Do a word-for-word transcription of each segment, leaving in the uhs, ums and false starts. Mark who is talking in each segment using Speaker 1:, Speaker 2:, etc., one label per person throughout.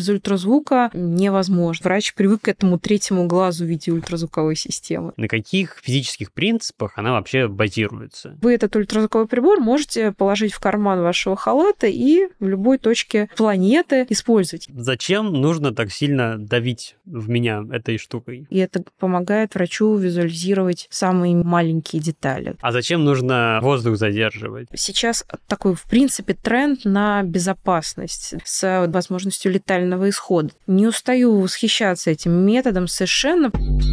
Speaker 1: без ультразвука невозможно. Врач привык к этому третьему глазу в виде ультразвуковой системы.
Speaker 2: На каких физических принципах она вообще базируется?
Speaker 1: Вы этот ультразвуковой прибор можете положить в карман вашего халата и в любой точке планеты использовать.
Speaker 2: Зачем нужно так сильно давить в меня этой штукой?
Speaker 1: И это помогает врачу визуализировать самые маленькие детали.
Speaker 2: А зачем нужно воздух задерживать?
Speaker 1: Сейчас такой, в принципе, тренд на безопасность с возможностью летального исхода. Не устаю восхищаться этим методом совершенно.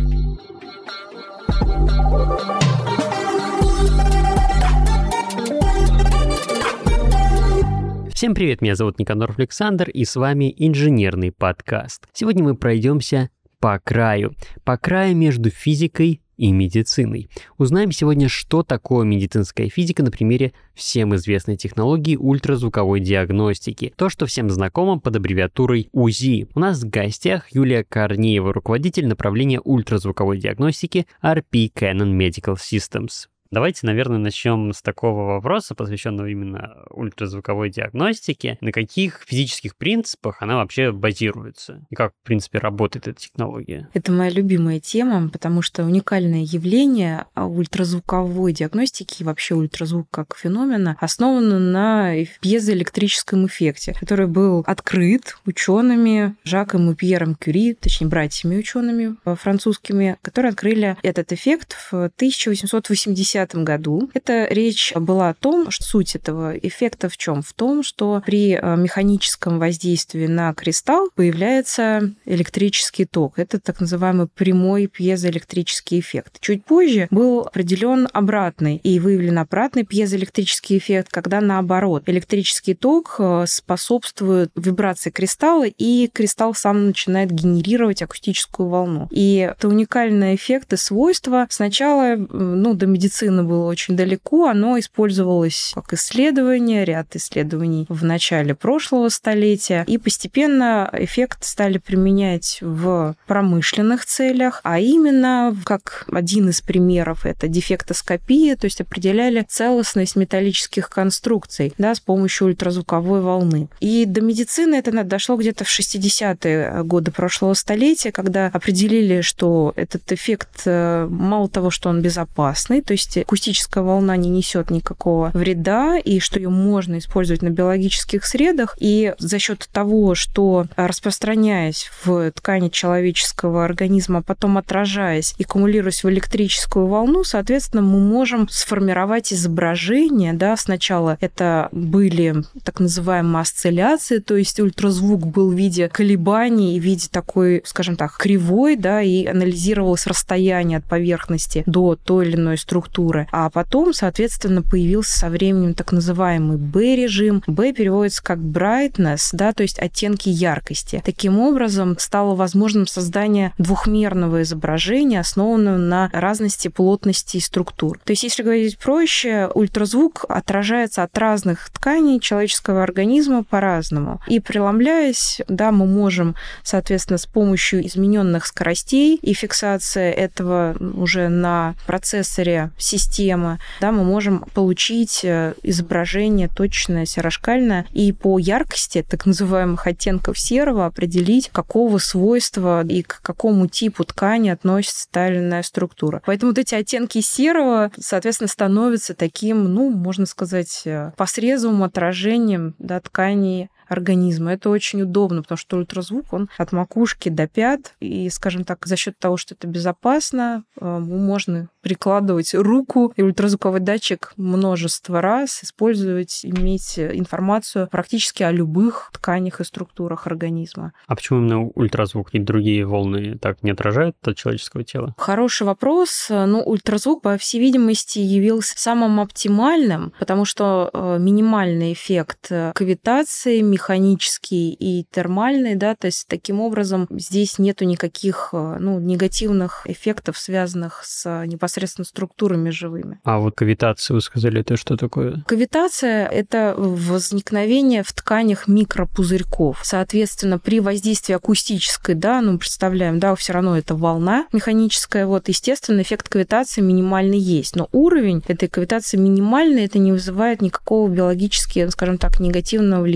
Speaker 2: Всем привет, меня зовут Никанор Александр, и с вами инженерный подкаст. Сегодня мы пройдемся по краю, по краю между физикой и медициной. Узнаем сегодня, что такое медицинская физика на примере всем известной технологии ультразвуковой диагностики. То, что всем знакомо под аббревиатурой УЗИ. У нас в гостях Юлия Корнеева, руководитель направления ультразвуковой диагностики ар пи Canon Medical Systems. Давайте, наверное, начнем с такого вопроса, посвященного именно ультразвуковой диагностике. На каких физических принципах она вообще базируется? И как, в принципе, работает эта технология?
Speaker 1: Это моя любимая тема, потому что уникальное явление ультразвуковой диагностики и вообще ультразвук как феномена основано на пьезоэлектрическом эффекте, который был открыт учеными Жаком и Пьером Кюри, точнее, братьями-учеными французскими, которые открыли этот эффект в тысяча восемьсот восьмидесятом году. Эта речь была о том, что суть этого эффекта в чем? В том, что при механическом воздействии на кристалл появляется электрический ток. Это так называемый прямой пьезоэлектрический эффект. Чуть позже был определен обратный и выявлен обратный пьезоэлектрический эффект, когда наоборот электрический ток способствует вибрации кристалла, и кристалл сам начинает генерировать акустическую волну. И это уникальные эффекты, свойства. Сначала, ну, до медицины было очень далеко, оно использовалось как исследование, ряд исследований в начале прошлого столетия, и постепенно эффект стали применять в промышленных целях, а именно, как один из примеров, это дефектоскопия, то есть определяли целостность металлических конструкций, да, с помощью ультразвуковой волны. И до медицины это дошло где-то в шестидесятые годы прошлого столетия, когда определили, что этот эффект, мало того, что он безопасный, то есть акустическая волна не несет никакого вреда, и что ее можно использовать на биологических средах. И за счет того, что, распространяясь в ткани человеческого организма, а потом отражаясь и аккумулируясь в электрическую волну, соответственно, мы можем сформировать изображение. Да, сначала это были так называемые осцилляции, то есть ультразвук был в виде колебаний, в виде такой, скажем так, кривой, да, и анализировалось расстояние от поверхности до той или иной структуры. А потом, соответственно, появился со временем так называемый B-режим. B переводится как brightness, да, то есть оттенки яркости. Таким образом, стало возможным создание двухмерного изображения, основанного на разности плотности и структур. То есть, если говорить проще, ультразвук отражается от разных тканей человеческого организма по-разному. И преломляясь, да, мы можем, соответственно, с помощью измененных скоростей и фиксация этого уже на процессоре системы, да, мы можем получить изображение точное, серошкальное, и по яркости так называемых оттенков серого определить, какого свойства и к какому типу ткани относится та или иная структура. Поэтому вот эти оттенки серого, соответственно, становятся таким, ну, можно сказать, посредством отражением, да, тканей организма. Это очень удобно, потому что ультразвук, он от макушки до пят, и, скажем так, за счет того, что это безопасно, можно прикладывать руку и ультразвуковой датчик множество раз, использовать, иметь информацию практически о любых тканях и структурах организма.
Speaker 2: А почему именно ультразвук и другие волны так не отражают от человеческого тела?
Speaker 1: Хороший вопрос. Ну, ультразвук, по всей видимости, явился самым оптимальным, потому что минимальный эффект кавитации, механический и термальный, да, то есть таким образом здесь нету никаких, ну, негативных эффектов, связанных с непосредственно структурами живыми.
Speaker 2: А вот кавитация, вы сказали, это что такое?
Speaker 1: Кавитация – это возникновение в тканях микропузырьков. Соответственно, при воздействии акустической, да, ну, представляем, да, все равно это волна механическая, вот, естественно, эффект кавитации минимальный есть, но уровень этой кавитации минимальный, это не вызывает никакого биологически, скажем так, негативного влияния на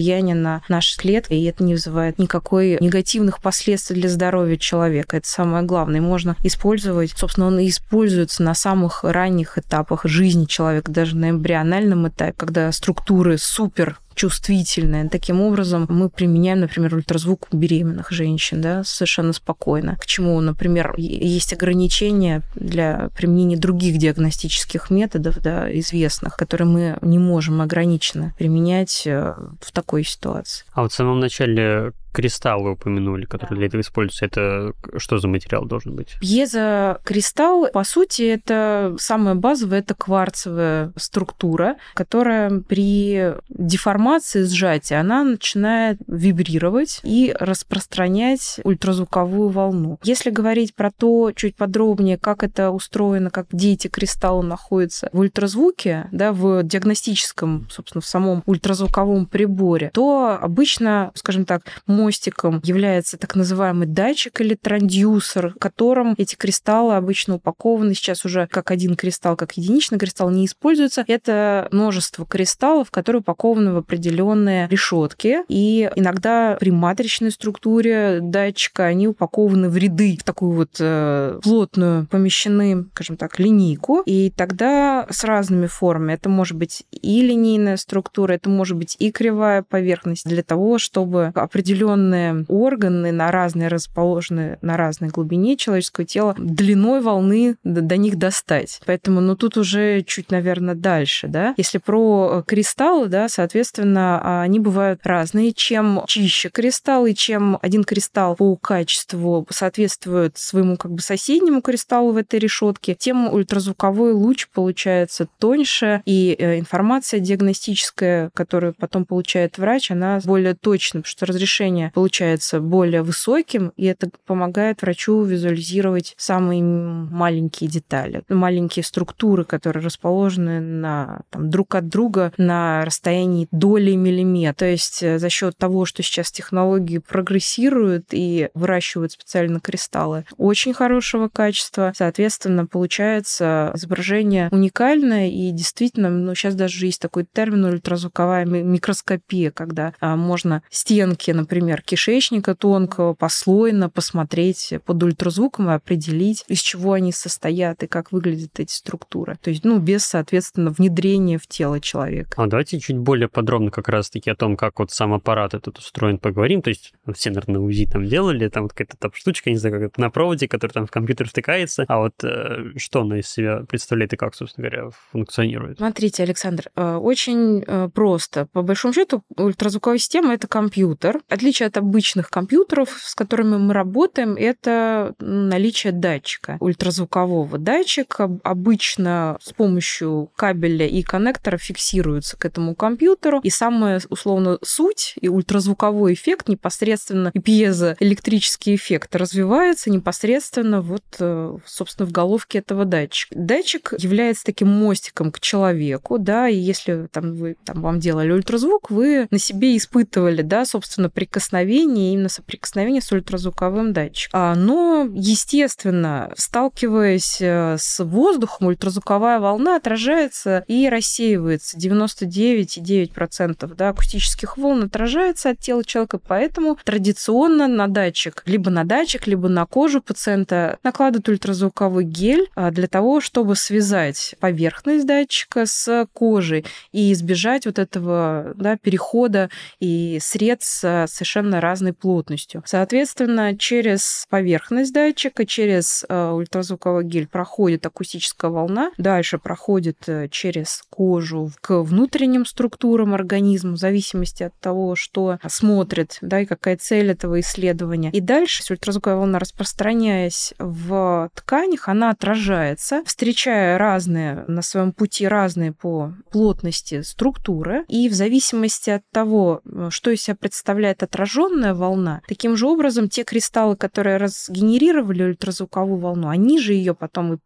Speaker 1: на наши клетки, и это не вызывает никакой негативных последствий для здоровья человека. Это самое главное. И можно использовать, собственно, он и используется на самых ранних этапах жизни человека, даже на эмбриональном этапе, когда структуры супер чувствительная. Таким образом, мы применяем, например, ультразвук у беременных женщин, да, совершенно спокойно. К чему, например, есть ограничения для применения других диагностических методов, да, известных, которые мы не можем ограниченно применять в такой ситуации.
Speaker 2: А вот в самом начале кристалл вы упомянули, который да. для этого используется. Это что за материал должен быть?
Speaker 1: Пьезокристалл, по сути, это самая базовая, это кварцевая структура, которая при деформации сжатия, она начинает вибрировать и распространять ультразвуковую волну. Если говорить про то чуть подробнее, как это устроено, как где эти кристаллы находятся в ультразвуке, да, в диагностическом, собственно, в самом ультразвуковом приборе, то обычно, скажем так, мостиком является так называемый датчик или трансдюсер, в котором эти кристаллы обычно упакованы. Сейчас уже как один кристалл, как единичный кристалл не используется. Это множество кристаллов, которые упакованы в определенные решетки. И иногда при матричной структуре датчика они упакованы в ряды, в такую вот э, плотную, помещены, скажем так, линейку. И тогда с разными формами. Это может быть и линейная структура, это может быть и кривая поверхность для того, чтобы определенные органы на разные расположены на разной глубине человеческого тела длиной волны до, до них достать. Поэтому, ну, тут уже чуть, наверное, дальше, да. Если про кристаллы, да, соответственно, они бывают разные. Чем чище кристалл, и чем один кристалл по качеству соответствует своему как бы соседнему кристаллу в этой решетке, тем ультразвуковой луч получается тоньше, и информация диагностическая, которую потом получает врач, она более точна, потому что разрешение получается более высоким, и это помогает врачу визуализировать самые маленькие детали, маленькие структуры, которые расположены на, там, друг от друга на расстоянии доли миллиметра. То есть за счет того, что сейчас технологии прогрессируют и выращивают специально кристаллы очень хорошего качества, соответственно, получается изображение уникальное, и действительно, ну, сейчас даже есть такой термин ультразвуковая микроскопия, когда а, можно стенки, например, кишечника тонкого послойно посмотреть под ультразвуком и определить, из чего они состоят и как выглядят эти структуры. То есть, ну, без, соответственно, внедрения в тело человека.
Speaker 2: А давайте чуть более подробно как раз-таки о том, как вот сам аппарат этот устроен, поговорим. То есть все, наверное, УЗИ там делали, там вот какая-то там штучка, не знаю, как это, на проводе, который там в компьютер втыкается. А вот э, что она из себя представляет и как, собственно говоря, функционирует?
Speaker 1: Смотрите, Александр, очень просто. По большому счету, ультразвуковая система — это компьютер. Отличие от обычных компьютеров, с которыми мы работаем, это наличие датчика, ультразвукового. Датчик обычно с помощью кабеля и коннектора фиксируется к этому компьютеру, и самая, условно, суть и ультразвуковой эффект непосредственно, и пьезоэлектрический эффект развивается непосредственно вот, собственно, в головке этого датчика. Датчик является таким мостиком к человеку, да, и если там, вы, там, вам делали ультразвук, вы на себе испытывали, да, собственно, прикосновение, именно соприкосновение с ультразвуковым датчиком. Но, естественно, сталкиваясь с воздухом, ультразвуковая волна отражается и рассеивается. девяносто девять целых девять десятых процента да, акустических волн отражается от тела человека, поэтому традиционно на датчик, либо на датчик, либо на кожу пациента накладывают ультразвуковой гель для того, чтобы связать поверхность датчика с кожей и избежать вот этого, да, перехода и сред с совершенно разной плотностью. Соответственно, через поверхность датчика, через ультразвуковой гель проходит акустическая волна, дальше проходит через кожу к внутренним структурам организма, в зависимости от того, что смотрит, да, и какая цель этого исследования. И дальше ультразвуковая волна, распространяясь в тканях, она отражается, встречая разные на своем пути разные по плотности структуры, и в зависимости от того, что из себя представляет отраженная волна, таким же образом те кристаллы, которые разгенерировали ультразвуковую волну, они же ее потом и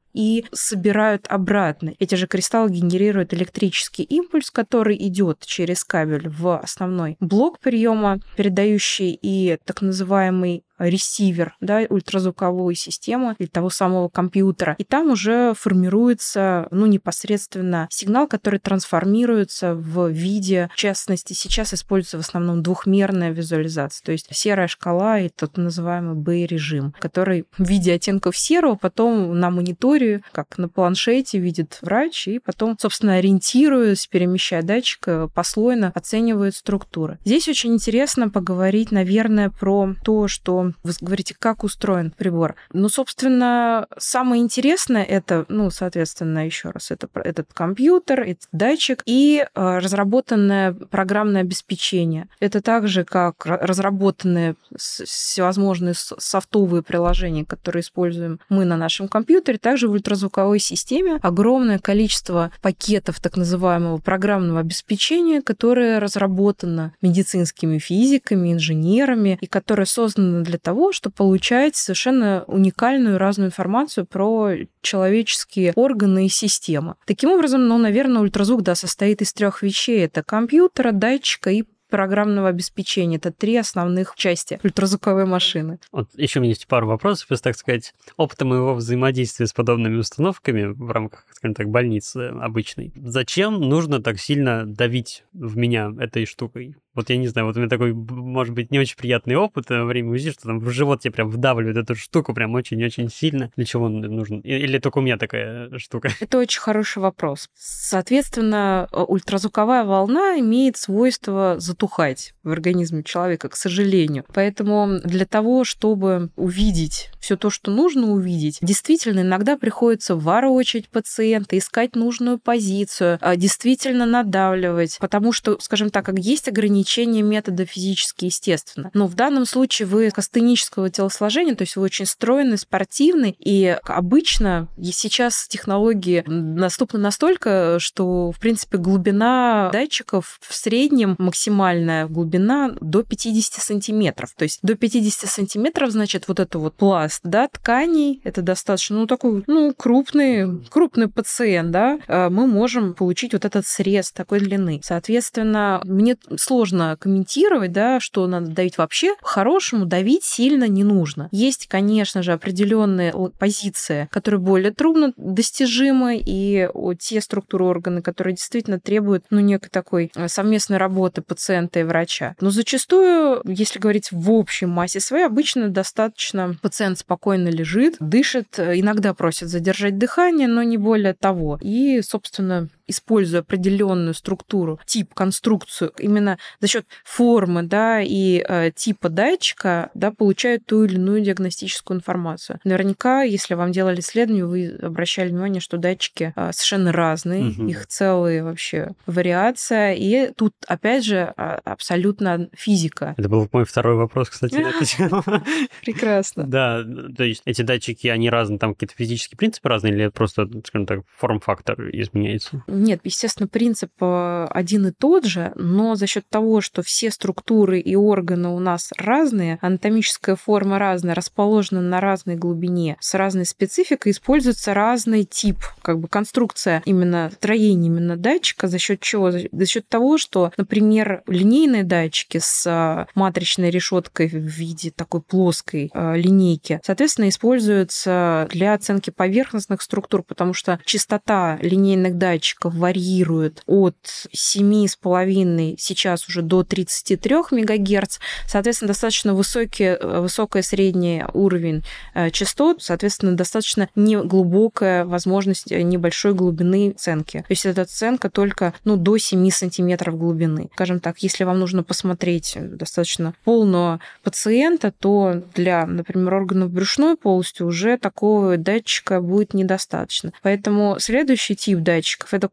Speaker 1: и собирают обратно. Эти же кристаллы генерируют электрический импульс, который идет через кабель в основной блок приема, передающий и так называемый ресивер, да, ультразвуковой системы или того самого компьютера. И там уже формируется, ну, непосредственно сигнал, который трансформируется в виде, в частности, сейчас используется в основном двухмерная визуализация, то есть серая шкала и тот называемый Б-режим, который в виде оттенков серого потом на мониторе, как на планшете, видит врач, и потом, собственно, ориентируясь, перемещая датчик, послойно оценивает структуры. Здесь очень интересно поговорить, наверное, про то, что вы говорите, как устроен прибор. Ну, собственно, самое интересное это, ну, соответственно, еще раз, это этот компьютер, этот датчик и э, разработанное программное обеспечение. Это так же, как разработанные всевозможные софтовые приложения, которые используем мы на нашем компьютере, также в ультразвуковой системе огромное количество пакетов так называемого программного обеспечения, которое разработано медицинскими физиками, инженерами и которое создано для того, чтобы получать совершенно уникальную разную информацию про человеческие органы и системы. Таким образом, ну, наверное, ультразвук, да, состоит из трех вещей. Это компьютера, датчика и программного обеспечения. Это три основных части ультразвуковой машины.
Speaker 2: Вот еще у меня есть пару вопросов, если, так сказать, опыта моего взаимодействия с подобными установками в рамках, скажем так, больницы обычной. Зачем нужно так сильно давить в меня этой штукой? Вот я не знаю, вот у меня такой, может быть, не очень приятный опыт во время УЗИ, что там в живот тебе прям вдавливают эту штуку прям очень-очень сильно. Для чего он нужен? Или только у меня такая штука?
Speaker 1: Это очень хороший вопрос. Соответственно, ультразвуковая волна имеет свойство затухать в организме человека, к сожалению. Поэтому для того, чтобы увидеть все то, что нужно увидеть, действительно иногда приходится ворочать пациента, искать нужную позицию, действительно надавливать, потому что, скажем так, как есть ограничения метода физически естественно. Но в данном случае вы астенического телосложения, то есть вы очень стройный, спортивный, и обычно и сейчас технологии доступны настолько, что, в принципе, глубина датчиков в среднем максимальная глубина до пятьдесят сантиметров. То есть до пятьдесят сантиметров, значит, вот это вот пласт, да, тканей, это достаточно, ну, такой, ну, крупный, крупный пациент, да, мы можем получить вот этот срез такой длины. Соответственно, мне сложно комментировать, да, что надо давить вообще. По-хорошему давить сильно не нужно. Есть, конечно же, определенные позиции, которые более трудно достижимы, и те структуры органы, которые действительно требуют, ну, некой такой совместной работы пациента и врача. Но зачастую, если говорить в общей массе своей, обычно достаточно пациент спокойно лежит, дышит, иногда просит задержать дыхание, но не более того. И, собственно, используя определенную структуру, тип, конструкцию, именно за счет формы, да, и э, типа датчика, да, получают ту или иную диагностическую информацию. Наверняка, если вам делали исследование, вы обращали внимание, что датчики э, совершенно разные, угу. Их целая вообще вариация, и тут, опять же, абсолютно физика.
Speaker 2: Это был мой второй вопрос, кстати.
Speaker 1: Прекрасно.
Speaker 2: Да, то есть эти датчики, они разные, там какие-то физические принципы разные, или просто, скажем так, форм-фактор изменяется?
Speaker 1: Нет, естественно, принцип один и тот же, но за счет того, что все структуры и органы у нас разные, анатомическая форма разная, расположена на разной глубине, с разной спецификой, используется разный тип, как бы конструкция именно строения именно датчика, за счет чего? За счет того, что, например, линейные датчики с матричной решеткой в виде такой плоской линейки, соответственно, используются для оценки поверхностных структур, потому что частота линейных датчиков варьирует от семи с половиной сейчас уже до тридцати трёх мегагерц. Соответственно, достаточно высокий, высокий средний уровень частот, соответственно, достаточно неглубокая возможность небольшой глубины оценки. То есть эта оценка только, ну, до семи сантиметров глубины. Скажем так, если вам нужно посмотреть достаточно полного пациента, то для, например, органов брюшной полости уже такого датчика будет недостаточно. Поэтому следующий тип датчиков – это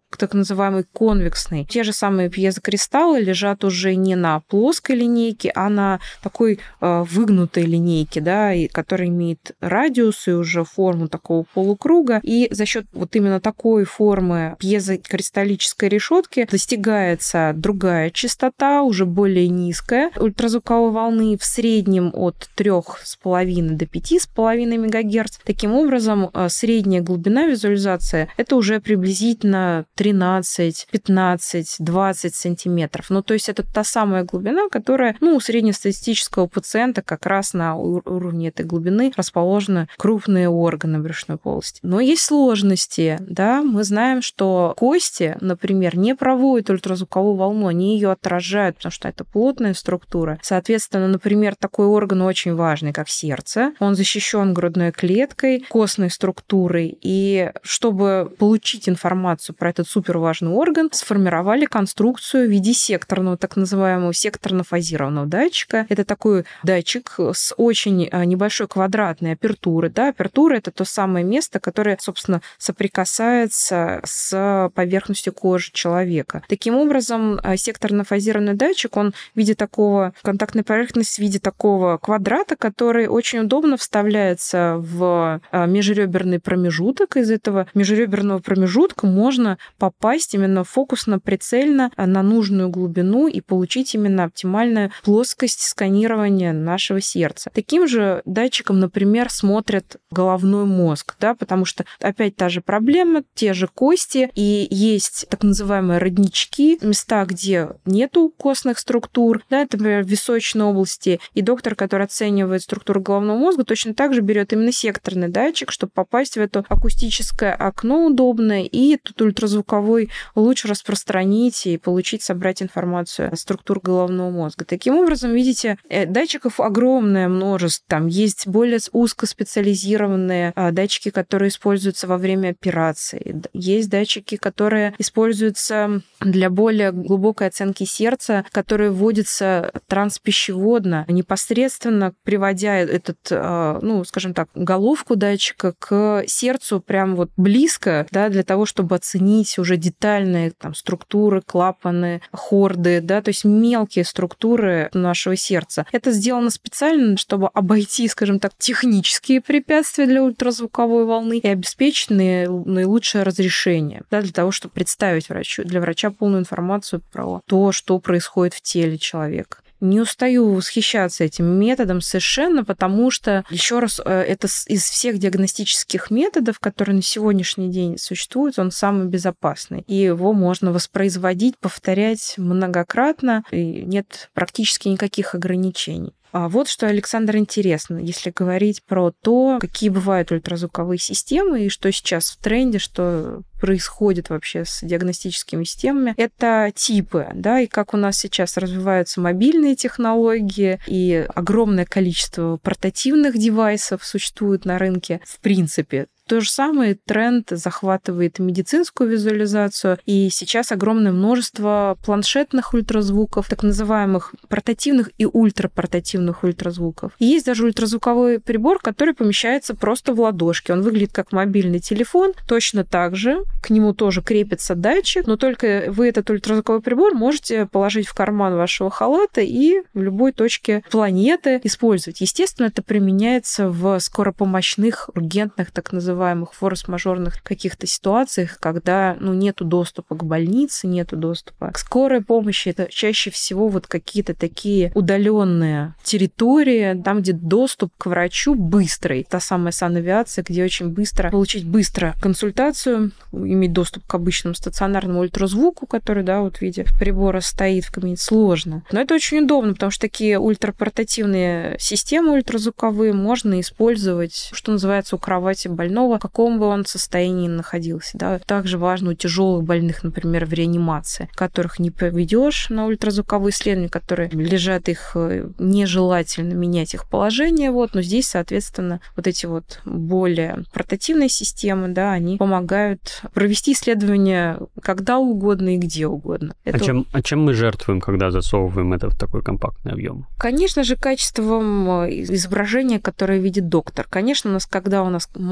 Speaker 1: так называемый конвексный. Те же самые пьезокристаллы лежат уже не на плоской линейке, а на такой э, выгнутой линейке, да, и, которая имеет радиус и уже форму такого полукруга. И за счет вот именно такой формы пьезокристаллической решетки достигается другая частота, уже более низкая ультразвуковой волны, в среднем от трёх с половиной до пяти с половиной мегагерц. Таким образом, средняя глубина визуализации — это уже приблизительно тринадцать, пятнадцать, двадцать сантиметров. Ну, то есть это та самая глубина, которая, ну, у среднестатистического пациента как раз на уровне этой глубины расположены крупные органы брюшной полости. Но есть сложности, да, мы знаем, что кости, например, не проводят ультразвуковую волну, они ее отражают, потому что это плотная структура. Соответственно, например, такой орган очень важный, как сердце. Он защищен грудной клеткой, костной структурой. И чтобы получить информацию про этот суперважный орган, сформировали конструкцию в виде секторного, так называемого секторно-фазированного датчика. Это такой датчик с очень небольшой квадратной апертурой. Да? Апертура — это то самое место, которое, собственно, соприкасается с поверхностью кожи человека. Таким образом, секторно-фазированный датчик, он в виде такого, контактной поверхности в виде такого квадрата, который очень удобно вставляется в межреберный промежуток. Из этого межреберного промежутка можно попасть именно фокусно-прицельно на нужную глубину и получить именно оптимальную плоскость сканирования нашего сердца. Таким же датчиком, например, смотрят головной мозг, да, потому что опять та же проблема, те же кости, и есть так называемые роднички, места, где нету костных структур, да, это, например, в височной области, и доктор, который оценивает структуру головного мозга, точно так же берет именно секторный датчик, чтобы попасть в это акустическое окно удобное и тут ультразвуковой луч распространить и получить, собрать информацию о структуре головного мозга. Таким образом, видите, датчиков огромное множество. Там есть более узкоспециализированные датчики, которые используются во время операции. Есть датчики, которые используются для более глубокой оценки сердца, которые вводятся транспищеводно, непосредственно приводя этот, ну, скажем так, головку датчика к сердцу прям вот близко, да, для того, чтобы оценить уже детальные там структуры, клапаны, хорды, да, то есть мелкие структуры нашего сердца. Это сделано специально, чтобы обойти, скажем так, технические препятствия для ультразвуковой волны и обеспечить наилучшее разрешение, да, для того, чтобы представить врачу, для врача полную информацию про то, что происходит в теле человека. Не устаю восхищаться этим методом совершенно, потому что, еще раз, это из всех диагностических методов, которые на сегодняшний день существуют, он самый безопасный. И его можно воспроизводить, повторять многократно, и нет практически никаких ограничений. А вот что, Александр, интересно, если говорить про то, какие бывают ультразвуковые системы и что сейчас в тренде, что происходит вообще с диагностическими системами, это типы, да, и как у нас сейчас развиваются мобильные технологии, и огромное количество портативных девайсов существует на рынке в принципе. То же самое тренд захватывает медицинскую визуализацию, и сейчас огромное множество планшетных ультразвуков, так называемых портативных и ультрапортативных ультразвуков. И есть даже ультразвуковой прибор, который помещается просто в ладошке. Он выглядит как мобильный телефон, точно так же, к нему тоже крепится датчик, но только вы этот ультразвуковой прибор можете положить в карман вашего халата и в любой точке планеты использовать. Естественно, это применяется в скоропомощных, ургентных, так называемых форс-мажорных каких-то ситуациях, когда, ну, нету доступа к больнице, нету доступа к скорой помощи. Это чаще всего вот какие-то такие удаленные территории, там, где доступ к врачу быстрый. Та самая санавиация, где очень быстро получить быстро консультацию, иметь доступ к обычному стационарному ультразвуку, который, да, вот в виде прибора стоит в кабинете, сложно. Но это очень удобно, потому что такие ультрапортативные системы ультразвуковые можно использовать, что называется, у кровати больного, в каком бы он состоянии находился. Да. Также важно у тяжелых больных, например, в реанимации, которых не проведешь на ультразвуковые исследования, которые лежат, их нежелательно менять их положение. Вот. Но здесь, соответственно, вот эти вот более портативные системы, да, они помогают провести исследования когда угодно и где угодно. Это...
Speaker 2: А, чем, а чем мы жертвуем, когда засовываем это в такой компактный объем?
Speaker 1: Конечно же, качеством изображения, которое видит доктор. Конечно, у нас, когда у нас маленький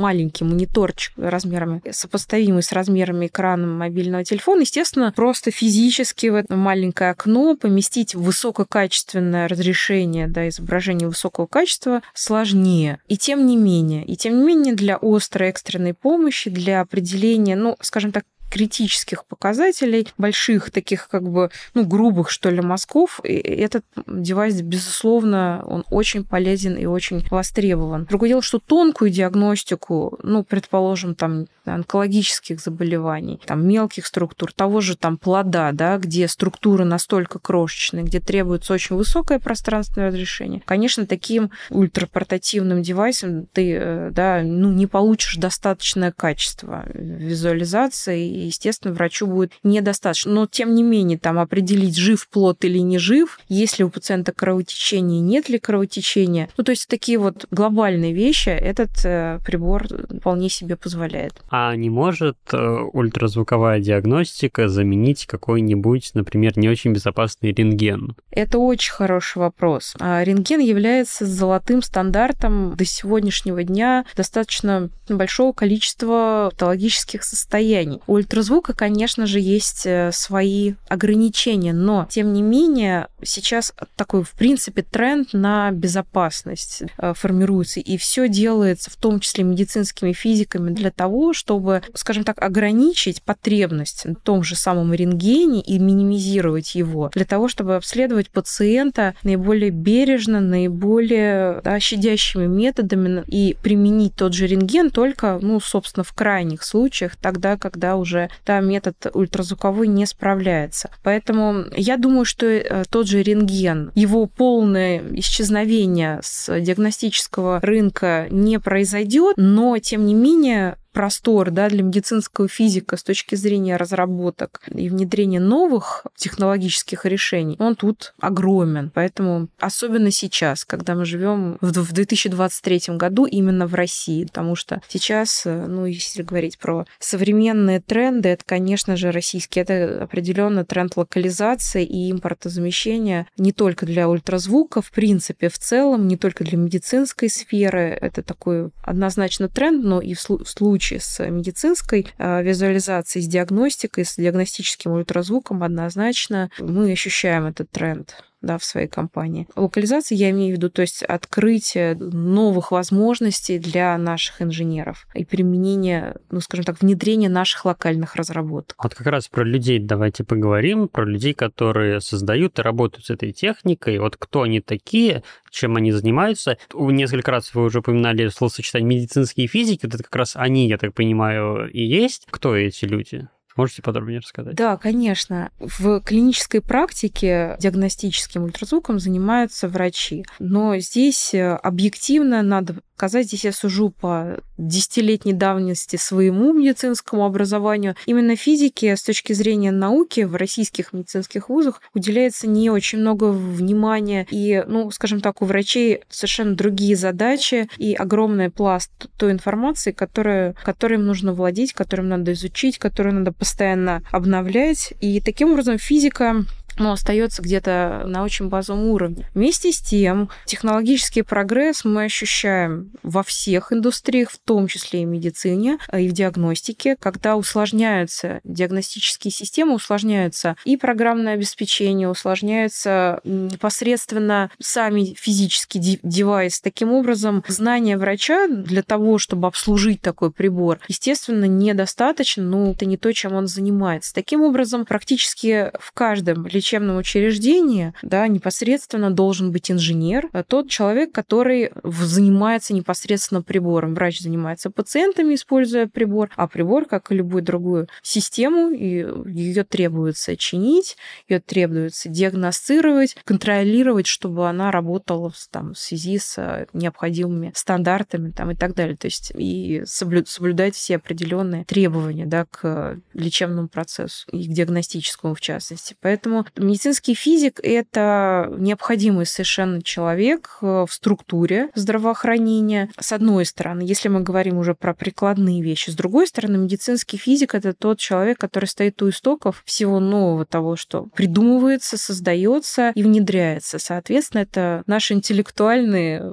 Speaker 1: маленький мониторчик размерами, сопоставимый с размерами экрана мобильного телефона, естественно, просто физически в это маленькое окно поместить высококачественное разрешение, да, изображение высокого качества сложнее. И тем не менее, и тем не менее для острой экстренной помощи, для определения, ну, скажем так, критических показателей, больших таких как бы, ну, грубых, что ли, мазков, и этот девайс, безусловно, он очень полезен и очень востребован. Другое дело, что тонкую диагностику, ну, предположим, там, онкологических заболеваний, там, мелких структур, того же там плода, да, где структуры настолько крошечные, где требуется очень высокое пространственное разрешение, конечно, таким ультрапортативным девайсом ты, да, ну, не получишь достаточное качество визуализации, и, естественно, врачу будет недостаточно. Но, тем не менее, там определить, жив плод или не жив, есть ли у пациента кровотечение, нет ли кровотечения. Ну, то есть такие вот глобальные вещи этот э, прибор вполне себе позволяет.
Speaker 2: А не может э, ультразвуковая диагностика заменить какой-нибудь, например, не очень безопасный рентген?
Speaker 1: Это очень хороший вопрос. А рентген является золотым стандартом до сегодняшнего дня достаточно большого количества патологических состояний. У ультразвука, конечно же, есть свои ограничения, но, тем не менее, сейчас такой, в принципе, тренд на безопасность формируется, и все делается, в том числе медицинскими физиками, для того, чтобы, скажем так, ограничить потребность в том же самом рентгене и минимизировать его, для того, чтобы обследовать пациента наиболее бережно, наиболее, да, щадящими методами и применить тот же рентген только, ну, собственно, в крайних случаях, тогда, когда уже да, метод ультразвуковой не справляется. Поэтому я думаю, что тот же рентген, его полное исчезновение с диагностического рынка не произойдет, но, тем не менее, простор, да, для медицинского физика с точки зрения разработок и внедрения новых технологических решений, он тут огромен. Поэтому особенно сейчас, когда мы живем в две тысячи двадцать третьем году именно в России, потому что сейчас, ну, если говорить про современные тренды, это, конечно же, российские, это определенно тренд локализации и импортозамещения не только для ультразвука, в принципе, в целом, не только для медицинской сферы. Это такой однозначно тренд, но и в случае с медицинской визуализацией, с диагностикой, с диагностическим ультразвуком однозначно мы ощущаем этот тренд, да, в своей компании. Локализация, я имею в виду, то есть открытие новых возможностей для наших инженеров и применение, ну, скажем так, внедрение наших локальных разработок.
Speaker 2: Вот как раз про людей давайте поговорим, про людей, которые создают и работают с этой техникой. Вот кто они такие, чем они занимаются. Несколько раз вы уже упоминали словосочетание медицинские физики, вот это как раз они, я так понимаю, и есть. Кто эти люди? Можете подробнее рассказать?
Speaker 1: Да, конечно. В клинической практике диагностическим ультразвуком занимаются врачи. Но здесь объективно надо сказать, здесь я сужу по десятилетней давности своему медицинскому образованию. Именно физике с точки зрения науки в российских медицинских вузах уделяется не очень много внимания. И, ну, скажем так, у врачей совершенно другие задачи и огромный пласт той информации, которая, которой им нужно владеть, которым надо изучить, которую надо постоянно обновлять. И таким образом физика, но остается где-то на очень базовом уровне. Вместе с тем, технологический прогресс мы ощущаем во всех индустриях, в том числе и в медицине, и в диагностике, когда усложняются диагностические системы, усложняются и программное обеспечение, усложняются непосредственно сами физические девайсы. Таким образом, знания врача для того, чтобы обслужить такой прибор, естественно, недостаточно, но это не то, чем он занимается. Таким образом, практически в каждом лечебном лечебном учреждении, да, непосредственно должен быть инженер, тот человек, который занимается непосредственно прибором. Врач занимается пациентами, используя прибор, а прибор, как и любую другую систему, ее требуется чинить, ее требуется диагностировать, контролировать, чтобы она работала там, в связи с необходимыми стандартами там, и так далее. То есть и соблюдать все определенные требования, да, к лечебному процессу и к диагностическому в частности. Поэтому медицинский физик – это необходимый совершенно человек в структуре здравоохранения. С одной стороны, если мы говорим уже про прикладные вещи. С другой стороны, медицинский физик – это тот человек, который стоит у истоков всего нового того, что придумывается, создается и внедряется. Соответственно, это наши интеллектуальные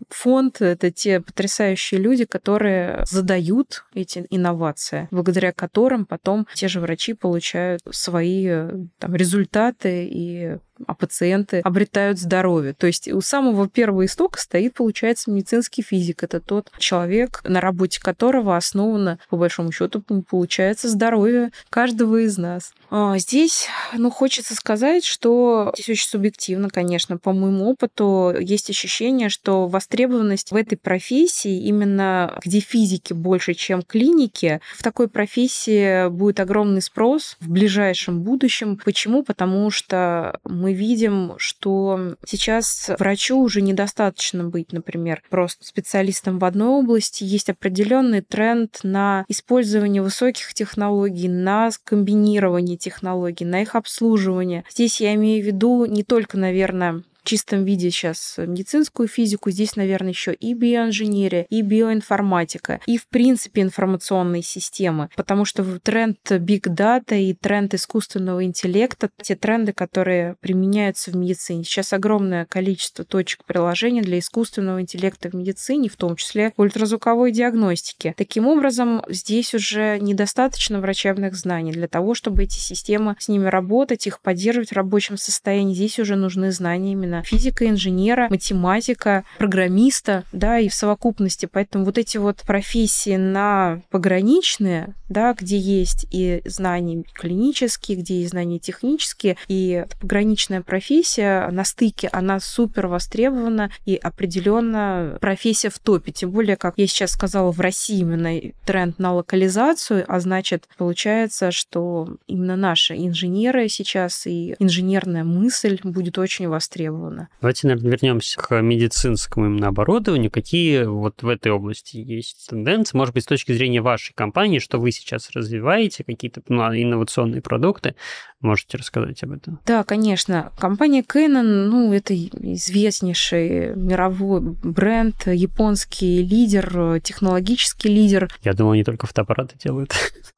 Speaker 1: фонд — это те потрясающие люди, которые задают эти инновации, благодаря которым потом те же врачи получают свои там результаты, и а пациенты обретают здоровье. То есть у самого первого истока стоит, получается, медицинский физик. Это тот человек, на работе которого основано, по большому счету, получается здоровье каждого из нас. А здесь, ну, хочется сказать, что здесь очень субъективно, конечно. По моему опыту есть ощущение, что востребованность в этой профессии, именно где физики больше, чем клиники, в такой профессии будет огромный спрос в ближайшем будущем. Почему? Потому что мы видим, что сейчас врачу уже недостаточно быть, например, просто специалистом в одной области. Есть определенный тренд на использование высоких технологий, на комбинирование технологий, на их обслуживание. Здесь я имею в виду не только, наверное, в чистом виде сейчас медицинскую физику, здесь, наверное, еще и биоинженерия, и биоинформатика, и, в принципе, информационные системы, потому что тренд Big Data и тренд искусственного интеллекта, те тренды, которые применяются в медицине. Сейчас огромное количество точек приложения для искусственного интеллекта в медицине, в том числе в ультразвуковой диагностике. Таким образом, здесь уже недостаточно врачебных знаний для того, чтобы эти системы с ними работать, их поддерживать в рабочем состоянии. Здесь уже нужны знания именно физика, инженера, математика, программиста, да, и в совокупности. Поэтому вот эти вот профессии на пограничные, да, где есть и знания клинические, где есть знания технические, и пограничная профессия на стыке, она супер востребована, и определенно профессия в топе. Тем более, как я сейчас сказала, в России именно тренд на локализацию, а значит, получается, что именно наши инженеры сейчас и инженерная мысль будет очень востребована.
Speaker 2: Давайте, наверное, вернемся к медицинскому именно оборудованию. Какие вот в этой области есть тенденции? Может быть, с точки зрения вашей компании, что вы сейчас развиваете, какие-то ну, инновационные продукты? Можете рассказать об этом?
Speaker 1: Да, конечно. Компания Canon, ну, это известнейший мировой бренд, японский лидер, технологический лидер.
Speaker 2: Я думал, они только фотоаппараты делают.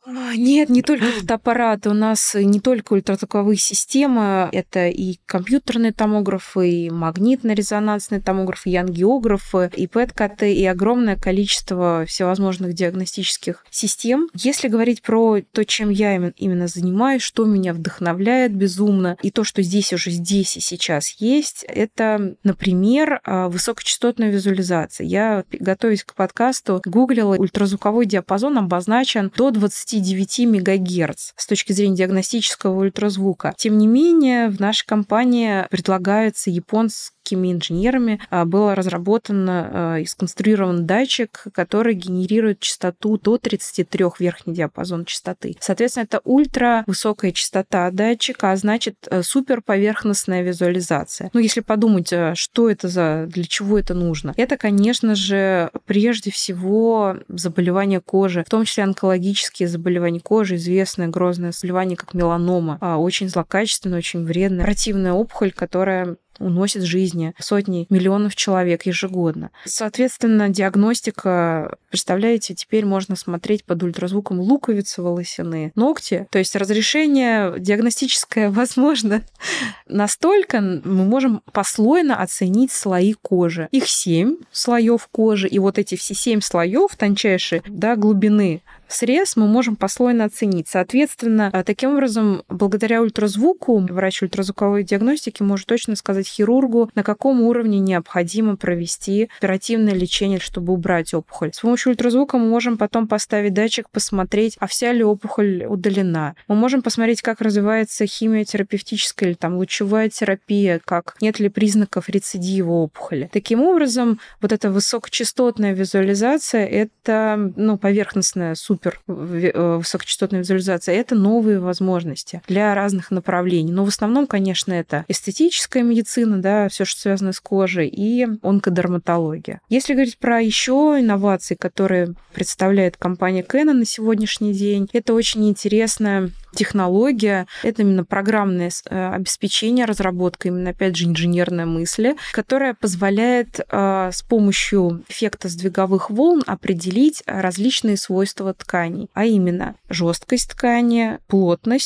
Speaker 1: Нет, не только фотоаппараты. У нас не только ультразвуковые системы, это и компьютерные томографы, и магнитно-резонансные томографы, и ангиографы, и пэт-кэт, и огромное количество всевозможных диагностических систем. Если говорить про то, чем я именно занимаюсь, что меня вдохновляет безумно, и то, что здесь уже здесь и сейчас есть, это, например, высокочастотная визуализация. Я, готовясь к подкасту, гуглила, ультразвуковой диапазон обозначен до двадцать девять мегагерц с точки зрения диагностического ультразвука. Тем не менее, в нашей компании предлагается японскими инженерами, был разработан и сконструирован датчик, который генерирует частоту до тридцать три верхний диапазон частоты. Соответственно, это ультравысокая частота датчика, а значит, суперповерхностная визуализация. Ну, если подумать, что это за, для чего это нужно, это, конечно же, прежде всего заболевания кожи, в том числе онкологические заболевания кожи, известное грозное заболевание, как меланома, очень злокачественная, очень вредная, противная опухоль, которая уносит жизни сотни миллионов человек ежегодно. Соответственно, диагностика, представляете, теперь можно смотреть под ультразвуком луковицы волосяные, ногти. То есть разрешение диагностическое возможно настолько, мы можем послойно оценить слои кожи. Их семь слоев кожи, и вот эти все семь слоев тончайшей, да, глубины срез мы можем послойно оценить. Соответственно, таким образом, благодаря ультразвуку, врач ультразвуковой диагностики может точно сказать хирургу, на каком уровне необходимо провести оперативное лечение, чтобы убрать опухоль. С помощью ультразвука мы можем потом поставить датчик, посмотреть, а вся ли опухоль удалена. Мы можем посмотреть, как развивается химиотерапевтическая или там лучевая терапия, как нет ли признаков рецидива опухоли. Таким образом, вот эта высокочастотная визуализация, это ну, поверхностная супер высокочастотная визуализация, это новые возможности для разных направлений. Но в основном, конечно, это эстетическая медицина, да, все, что связано с кожей, и онкодерматология. Если говорить про еще инновации, которые представляет компания Canon на сегодняшний день, это очень интересная технология, это именно программное обеспечение, разработка, именно, опять же, инженерная мысль, которая позволяет э, с помощью эффекта сдвиговых волн определить различные свойства тканей, а именно жесткость ткани, плотность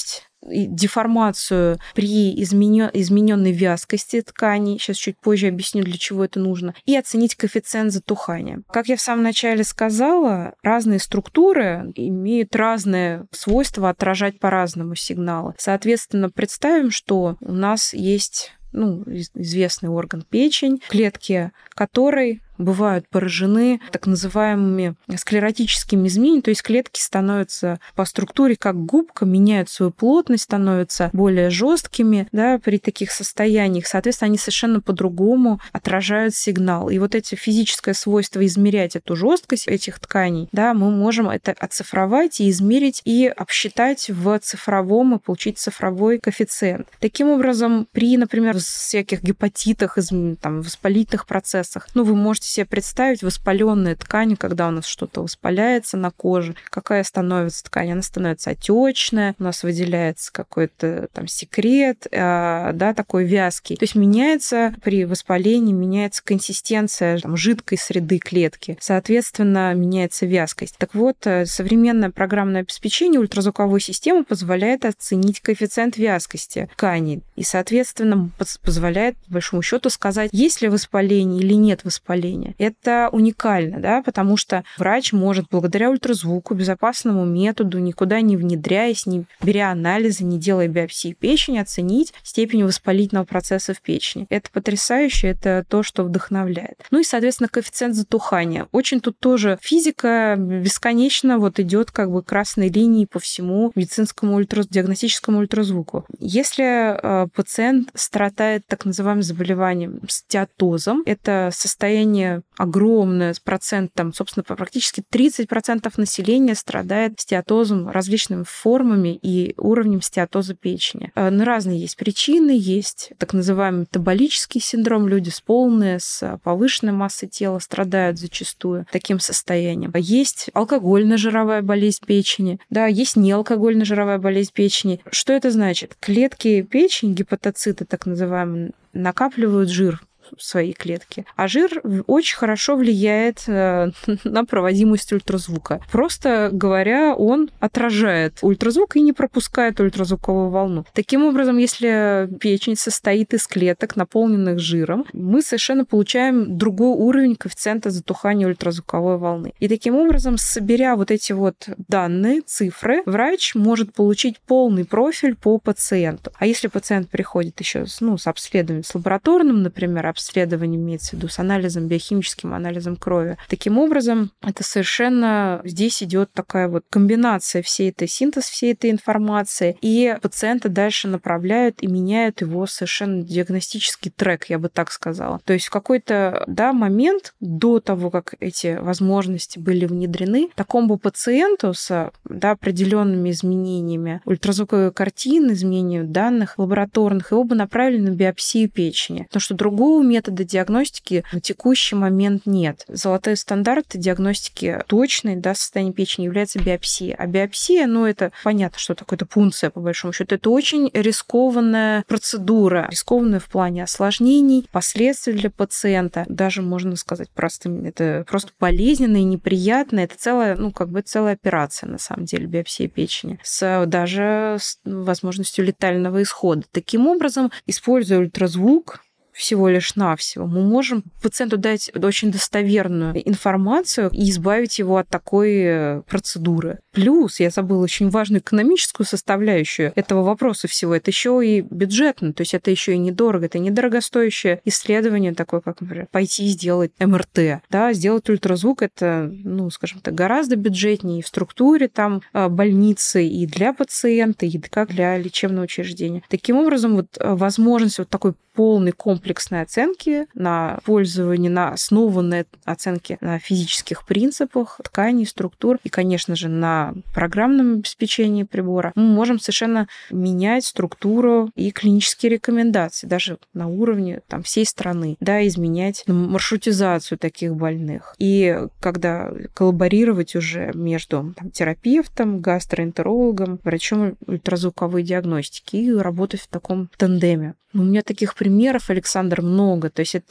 Speaker 1: деформацию при изменен... измененной вязкости тканей. Сейчас чуть позже объясню, для чего это нужно. И оценить коэффициент затухания. Как я в самом начале сказала, разные структуры имеют разные свойства отражать по-разному сигналы. Соответственно, представим, что у нас есть ну, известный орган печень, клетки которой бывают поражены так называемыми склеротическими изменениями, то есть клетки становятся по структуре как губка, меняют свою плотность, становятся более жесткими, да, при таких состояниях. Соответственно, они совершенно по-другому отражают сигнал. И вот эти физическое свойство измерять эту жесткость этих тканей, да, мы можем это оцифровать и измерить, и обсчитать в цифровом и получить цифровой коэффициент. Таким образом, при, например, всяких гепатитах, там, воспалительных процессах, ну, вы можете себе представить воспаленные ткани, когда у нас что-то воспаляется на коже, какая становится ткань, она становится отечная, у нас выделяется какой-то там секрет, э, да, такой вязкий. То есть меняется при воспалении, меняется консистенция там, жидкой среды клетки, соответственно, меняется вязкость. Так вот, современное программное обеспечение ультразвуковой системы позволяет оценить коэффициент вязкости тканей и, соответственно, позволяет, по большому счету, сказать, есть ли воспаление или нет воспаления. Это уникально, да, потому что врач может благодаря ультразвуку, безопасному методу, никуда не внедряясь, не беря анализы, не делая биопсии печени, оценить степень воспалительного процесса в печени. Это потрясающе, это то, что вдохновляет. Ну и, соответственно, коэффициент затухания. Очень тут тоже физика бесконечно вот идет как бы красной линией по всему медицинскому ультра... диагностическому ультразвуку. Если э, пациент страдает так называемым заболеванием стеатозом, это состояние огромное, процент, там, собственно, практически тридцать процентов населения страдает стеатозом различными формами и уровнем стеатоза печени. Но разные есть причины, есть так называемый метаболический синдром, люди с полной, с повышенной массой тела страдают зачастую таким состоянием. Есть алкогольно-жировая болезнь печени, да, есть неалкогольно жировая болезнь печени. Что это значит? Клетки печени, гепатоциты так называемые, накапливают жир в своей клетке. А жир очень хорошо влияет на проводимость ультразвука. Просто говоря, он отражает ультразвук и не пропускает ультразвуковую волну. Таким образом, если печень состоит из клеток, наполненных жиром, мы совершенно получаем другой уровень коэффициента затухания ультразвуковой волны. И таким образом, соберя вот эти вот данные, цифры, врач может получить полный профиль по пациенту. А если пациент приходит еще с, ну, с обследованием, с лабораторным, например, обследованием, имеется в виду, с анализом, биохимическим анализом крови. Таким образом, это совершенно здесь идет такая вот комбинация всей этой, синтез всей этой информации, и пациента дальше направляют и меняют его совершенно диагностический трек, я бы так сказала. То есть в какой-то, да, момент до того, как эти возможности были внедрены, такому пациенту с, да, определенными изменениями ультразвуковой картины, изменением данных лабораторных, его бы направили на биопсию печени. Потому что другого метода диагностики на текущий момент нет. Золотой стандарт диагностики точной, да, состояния печени является биопсия. А биопсия, ну, это понятно, что такое, это пункция, по большому счету. Это очень рискованная процедура, рискованная в плане осложнений, последствий для пациента. Даже, можно сказать, просто, это просто болезненно и неприятно. Это целая, ну, как бы целая операция, на самом деле, биопсия печени. С, даже с возможностью летального исхода. Таким образом, используя ультразвук, всего лишь навсего, мы можем пациенту дать очень достоверную информацию и избавить его от такой процедуры. Плюс, я забыла очень важную экономическую составляющую этого вопроса всего, это еще и бюджетно, то есть это еще и недорого, это недорогостоящее исследование, такое, как, например, пойти и сделать эм эр тэ. Да, сделать ультразвук, это, ну, скажем так, гораздо бюджетнее и в структуре там больницы, и для пациента, и как для лечебного учреждения. Таким образом, вот возможность вот такой полной комплексной оценки на пользование, на основанной оценке на физических принципах тканей, структур и, конечно же, на программном обеспечении прибора, мы можем совершенно менять структуру и клинические рекомендации, даже на уровне там, всей страны, да, изменять маршрутизацию таких больных. И когда коллаборировать уже между там, терапевтом, гастроэнтерологом, врачом ультразвуковой диагностики и работать в таком тандеме. У меня таких примеров, Александр, много. То есть это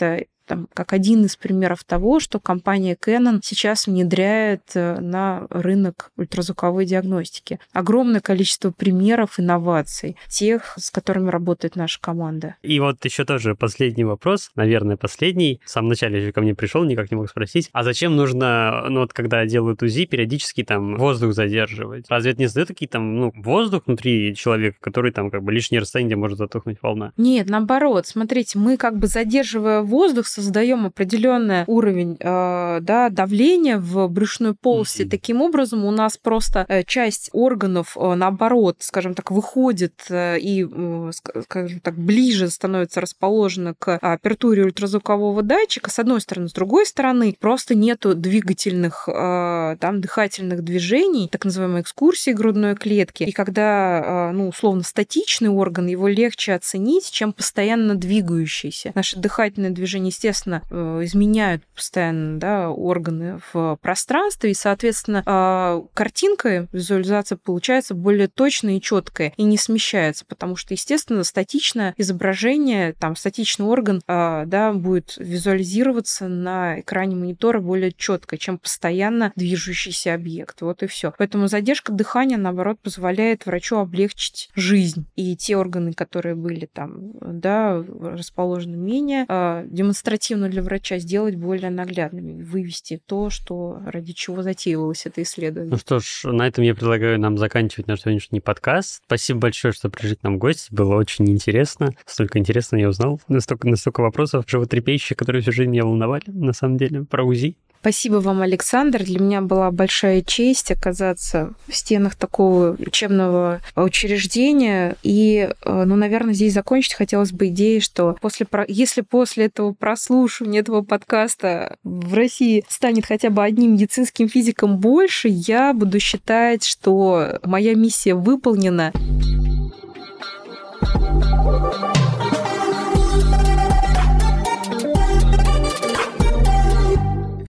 Speaker 1: там, как один из примеров того, что компания Canon сейчас внедряет на рынок ультразвуковой диагностики. Огромное количество примеров инноваций, тех, с которыми работает наша команда.
Speaker 2: И вот еще тоже последний вопрос, наверное, последний. В самом начале еще ко мне пришел, никак не мог спросить. А зачем нужно, ну вот когда делают УЗИ, периодически там воздух задерживать? Разве это не создает какие-то там, ну, воздух внутри человека, который там как бы лишнее расстояние, где может затухнуть волна?
Speaker 1: Нет, наоборот. Смотрите, мы как бы задерживая воздух, создаем определенный уровень э, да, давления в брюшной полости. Mm-hmm. Таким образом, у нас просто э, часть органов, э, наоборот, скажем так, выходит э, и, э, скажем так, ближе становится расположена к апертуре ультразвукового датчика, с одной стороны. С другой стороны, просто нету двигательных, э, там, дыхательных движений, так называемой экскурсии грудной клетки. И когда, э, ну, условно, статичный орган, его легче оценить, чем постоянно двигающийся. Наши дыхательные движения, естественно, э, изменяют постоянно, да, органы в пространстве, и, соответственно, э, картинка, визуализация получается более точная и четкая, и не смещается, потому что, естественно, статичное изображение, там, статичный орган, э, да, будет визуализироваться на экране монитора более четко, чем постоянно движущийся объект. Вот и все. Поэтому задержка дыхания, наоборот, позволяет врачу облегчить жизнь. И те органы, которые были там, да, расположены менее э, демонстративно для врача, сделать более наглядными, вывести то, что ради чего затеивалось это исследование.
Speaker 2: Ну что ж, на этом я предлагаю нам заканчивать наш сегодняшний подкаст. Спасибо большое, что пришли к нам в гости. Было очень интересно. Столько интересно я узнал. Настолько, настолько вопросов животрепещущих, которые всю жизнь меня волновали, на самом деле, про УЗИ.
Speaker 1: Спасибо вам, Александр. Для меня была большая честь оказаться в стенах такого учебного учреждения. И, ну, наверное, здесь закончить хотелось бы идеей, что после, если после этого прослушивания этого подкаста в России станет хотя бы одним медицинским физиком больше, я буду считать, что моя миссия выполнена.